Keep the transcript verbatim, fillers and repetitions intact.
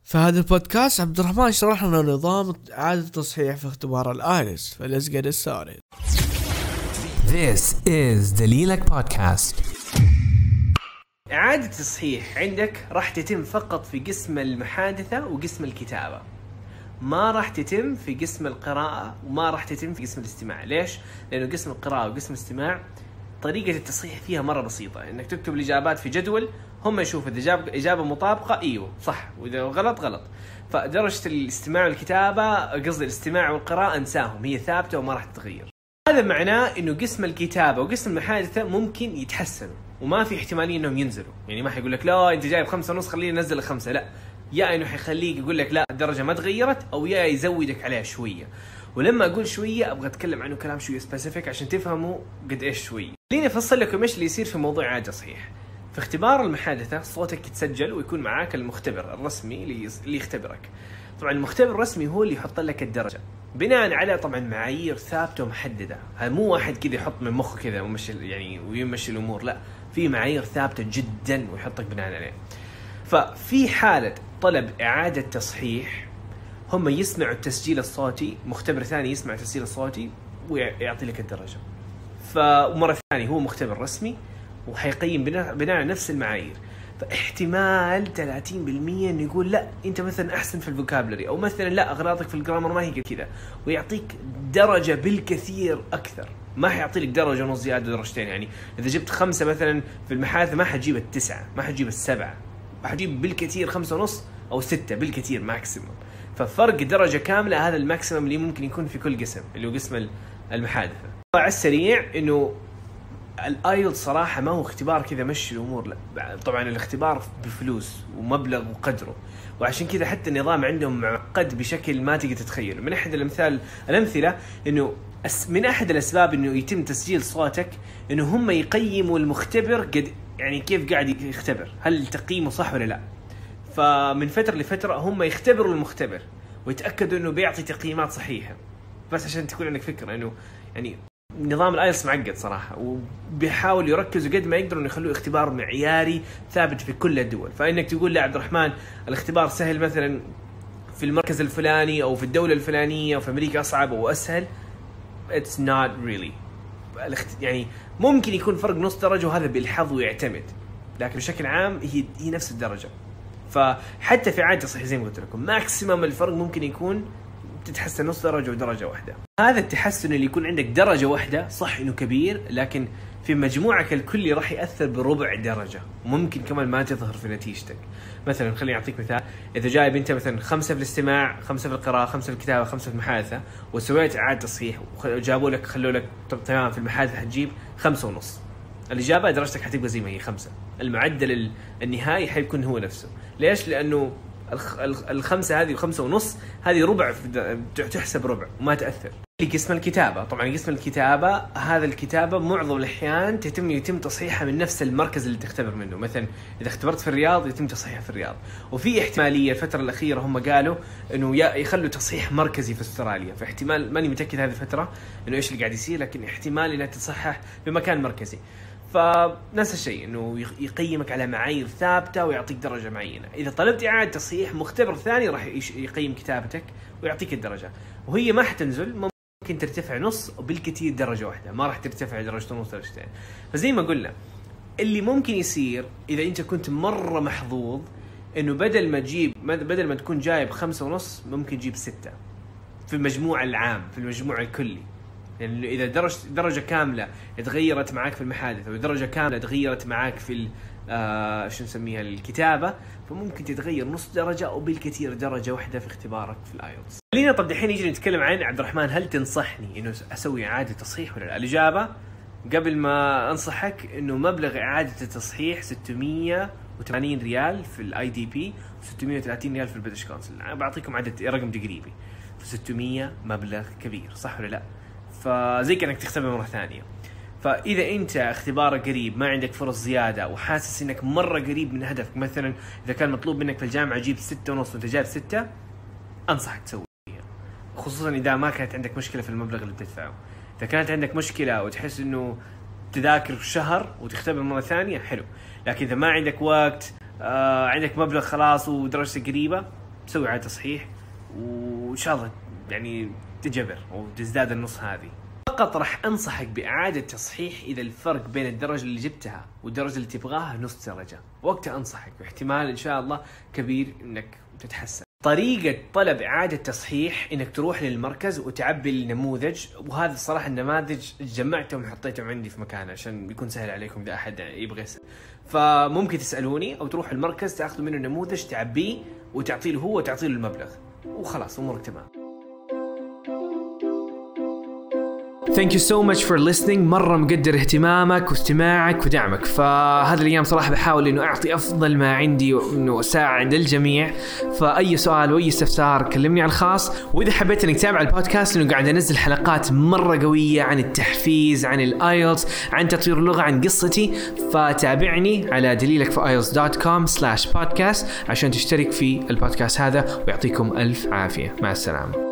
في هذا البودكاست عبد الرحمن شرح لنا نظام إعادة التصحيح في اختبار الآيلتس. فليتس جيت ستارتد. This is the Lilac Podcast. إعادة التصحيح عندك راح تتم فقط في قسم المحادثة وقسم الكتابة، ما راح تتم في قسم القراءة وما راح تتم في قسم الاستماع. ليش؟ لأنه قسم القراءة وقسم الاستماع طريقة التصحيح فيها مرة بسيطة، إنك تكتب الإجابات في جدول، هم يشوفوا إذا جاب إجابة مطابقة إيوه صح، وإذا غلط غلط. فدرجة الاستماع والكتابة، قصدي الاستماع والقراءة، انساهم، هي ثابتة وما راح تتغير. هذا معناه إنه قسم الكتابة وقسم المحادثة ممكن يتحسنوا وما في احتمالية إنهم ينزلوا. يعني ما حيقول لك لا أنت جايب خمسة ونص خليني ننزل خمسة، لا، يا إنه حيخليك يقول لك لا الدرجة ما تغيرت، أو يا يزودك عليها شوية. ولما أقول شوية أبغى أتكلم عنه كلام شوية سبيسيفيك عشان تفهموا قد إيش شوية. خليني أفصل لكم إيش اللي يصير في موضوع إعادة تصحيح. في اختبار المحادثة صوتك يتسجل ويكون معاك المختبر الرسمي اللي يختبرك. طبعا المختبر الرسمي هو اللي يحط لك الدرجة بناء على طبعا معايير ثابتة ومحددة. هذا مو واحد كذا يحط من مخه كذا ومشي يعني ويمشي الأمور، لا، في معايير ثابتة جدا ويحطك بناء عليه. ففي حالة طلب إعادة تصحيح هم يسمعوا التسجيل الصوتي، مختبر ثاني يسمع التسجيل الصوتي ويعطي لك الدرجة. فمرة ثانية هو مختبر رسمي وحيقيم بناء بناء على نفس المعايير. فاحتمال ثلاثين بالمية انه يقول لا انت مثلا احسن في الفوكابلري، او مثلا لا اغلاطك في الجرامر ما هي كذا، ويعطيك درجة بالكثير اكثر. ما حيعطي لك درجة ونص زيادة درجتين. يعني اذا جبت خمسة مثلا في المحادثة ما حتجيب التسعة، ما حتجيب السبعة، حتجيب بالكثير خمسة ونص او ستة بالكثير ماكسيموم. ففرق درجة كاملة هذا الماكسيموم اللي ممكن يكون في كل قسم اللي هو قسم المحادثة. على السريع انه الايلتس صراحة ما هو اختبار كذا مشي الامور، لا، طبعا الاختبار بفلوس ومبلغ وقدره، وعشان كذا حتى النظام عندهم معقد بشكل ما تقدر تتخيله. من احد الامثال الامثلة انه من احد الاسباب انه يتم تسجيل صوتك انه هم يقيموا المختبر قد يعني كيف قاعد يختبر، هل تقييمه صح ولا لا. فمن فترة لفترة هم يختبروا المختبر ويتأكدوا انه بيعطي تقييمات صحيحة، بس عشان تكون عندك فكرة انه يعني نظام الايلتس معقد صراحة، وبيحاول يركزوا قد ما يقدروا انه يخلوه اختبار معياري ثابت في كل الدول. فانك تقول لا عبد الرحمن الاختبار سهل مثلا في المركز الفلاني او في الدولة الفلانية وفي امريكا اصعب او اسهل، it's not really. يعني ممكن يكون فرق نص درجة وهذا بالحظ ويعتمد، لكن بشكل عام هي هي نفس الدرجة. فحتى في عادة صحيح زي ما قلت لكم ماكسيمم الفرق ممكن يكون تتحسن نص درجة ودرجة واحدة. هذا التحسن اللي يكون عندك درجة واحدة صح إنه كبير، لكن في مجموعك الكلي راح يأثر بربع درجة، ممكن كمان ما تظهر في نتيجتك. مثلا خليني أعطيك مثال، إذا جايب أنت مثلا خمسة في الاستماع، خمسة في القراءة، خمسة في الكتابة، خمسة في المحادثة، وسويت إعادة تصحيح وجابوا لك خلوا لك تمام في المحادثة هتجيب خمسة ونص، الإجابة درجتك هتبقى زي ما هي خمسة. المعدل النهائي حيكون هو نفسه. ليش؟ لأنه الخمسة هذه وخمسة ونص هذه ربع، تحسب ربع وما تأثر. قسم الكتابة، طبعا قسم الكتابة هذا الكتابة معظم الأحيان تتم يتم تصحيحها من نفس المركز اللي تختبر منه. مثلا إذا اختبرت في الرياض يتم تصحيحها في الرياض، وفي احتمالية الفترة الأخيرة هم قالوا إنه يخلوا تصحيح مركزي في أستراليا. فاحتمال، ماني متأكد هذه الفترة إنه إيش اللي قاعد يصير، لكن احتمال إنها تصحح بمكان مركزي. فنفس الشيء انه يقيمك على معايير ثابته ويعطيك درجه معينه. اذا طلبت اعاده تصحيح مختبر ثاني راح يقيم كتابتك ويعطيك الدرجه، وهي ما حتنزل، ممكن ترتفع نص وبالكثير درجه واحده، ما راح ترتفع درجه ونص درجتين. فزي ما قلنا اللي ممكن يصير اذا انت كنت مره محظوظ انه بدل ما تجيب بدل ما تكون جايب خمسة ونص ممكن تجيب ستة في المجموع العام، في المجموع الكلي. يعني إذا درجة درجة كاملة تغيرت معك في المحادثة ودرجة كاملة تغيرت معك في آه شو نسميها الكتابة، فممكن تتغير نص درجة أو بالكثير درجة واحدة في اختبارك في الآيلتس. خلينا طب دحين نيجي نتكلم عن عبد الرحمن، هل تنصحني إنه أسوي إعادة تصحيح ولا لا؟ الإجابة قبل ما أنصحك إنه مبلغ إعادة التصحيح ستمية وثمانين ريال في الآي دي بي وستمية وثلاثين ريال في البريتش كونسل. بعطيكم عدد رقم تقريبي، ستمية مبلغ كبير صح ولا لا؟ فزي كأنك تختبر مرة ثانية. فإذا أنت اختبارك قريب ما عندك فرص زيادة وحاسس إنك مرة قريب من هدفك، مثلا إذا كان مطلوب منك في الجامعة جيب ستة ونص وأنت جايب ستة، أنصحك تسويها، خصوصا إذا ما كانت عندك مشكلة في المبلغ اللي بتدفعه. إذا كانت عندك مشكلة وتحس إنه تذاكر شهر وتختبر مرة ثانية حلو، لكن إذا ما عندك وقت، آه عندك مبلغ خلاص ودرجة قريبة، تسوي إعادة تصحيح وإن شاء الله يعني تجبر وتزداد النص هذه. فقط راح أنصحك بإعادة تصحيح إذا الفرق بين الدرجة اللي جبتها والدرجة اللي تبغاها نص درجة، وقتها أنصحك، واحتمال إن شاء الله كبير إنك تتحسن. طريقة طلب إعادة تصحيح إنك تروح للمركز وتعبي النموذج، وهذا الصراحة النماذج جمعتهم وحطيتهم عندي في مكان عشان يكون سهل عليكم إذا أحد يبغى يسأل. فممكن تسألوني أو تروح المركز تأخذوا منه النموذج تعبيه وتعطيه له هو وتعطيه له المبلغ وخلاص أمورك تمام. Thank you so much for listening. مرة مقدر اهتمامك واستماعك ودعمك. فهذا الأيام صراحة بحاول إنه أعطي أفضل ما عندي وإنه أساعد الجميع. فأي سؤال وأي استفسار كلمني على الخاص. وإذا حبيت إنك تتابع البودكاست إنه قاعد أنزل حلقات مرة قوية عن التحفيز، عن الآيلتس، عن تطوير اللغة، عن قصتي، فتابعني على دليلك في آيلتس دوت كوم سلاش بودكاست عشان تشترك في البودكاست هذا. ويعطيكم ألف عافية. مع السلامة.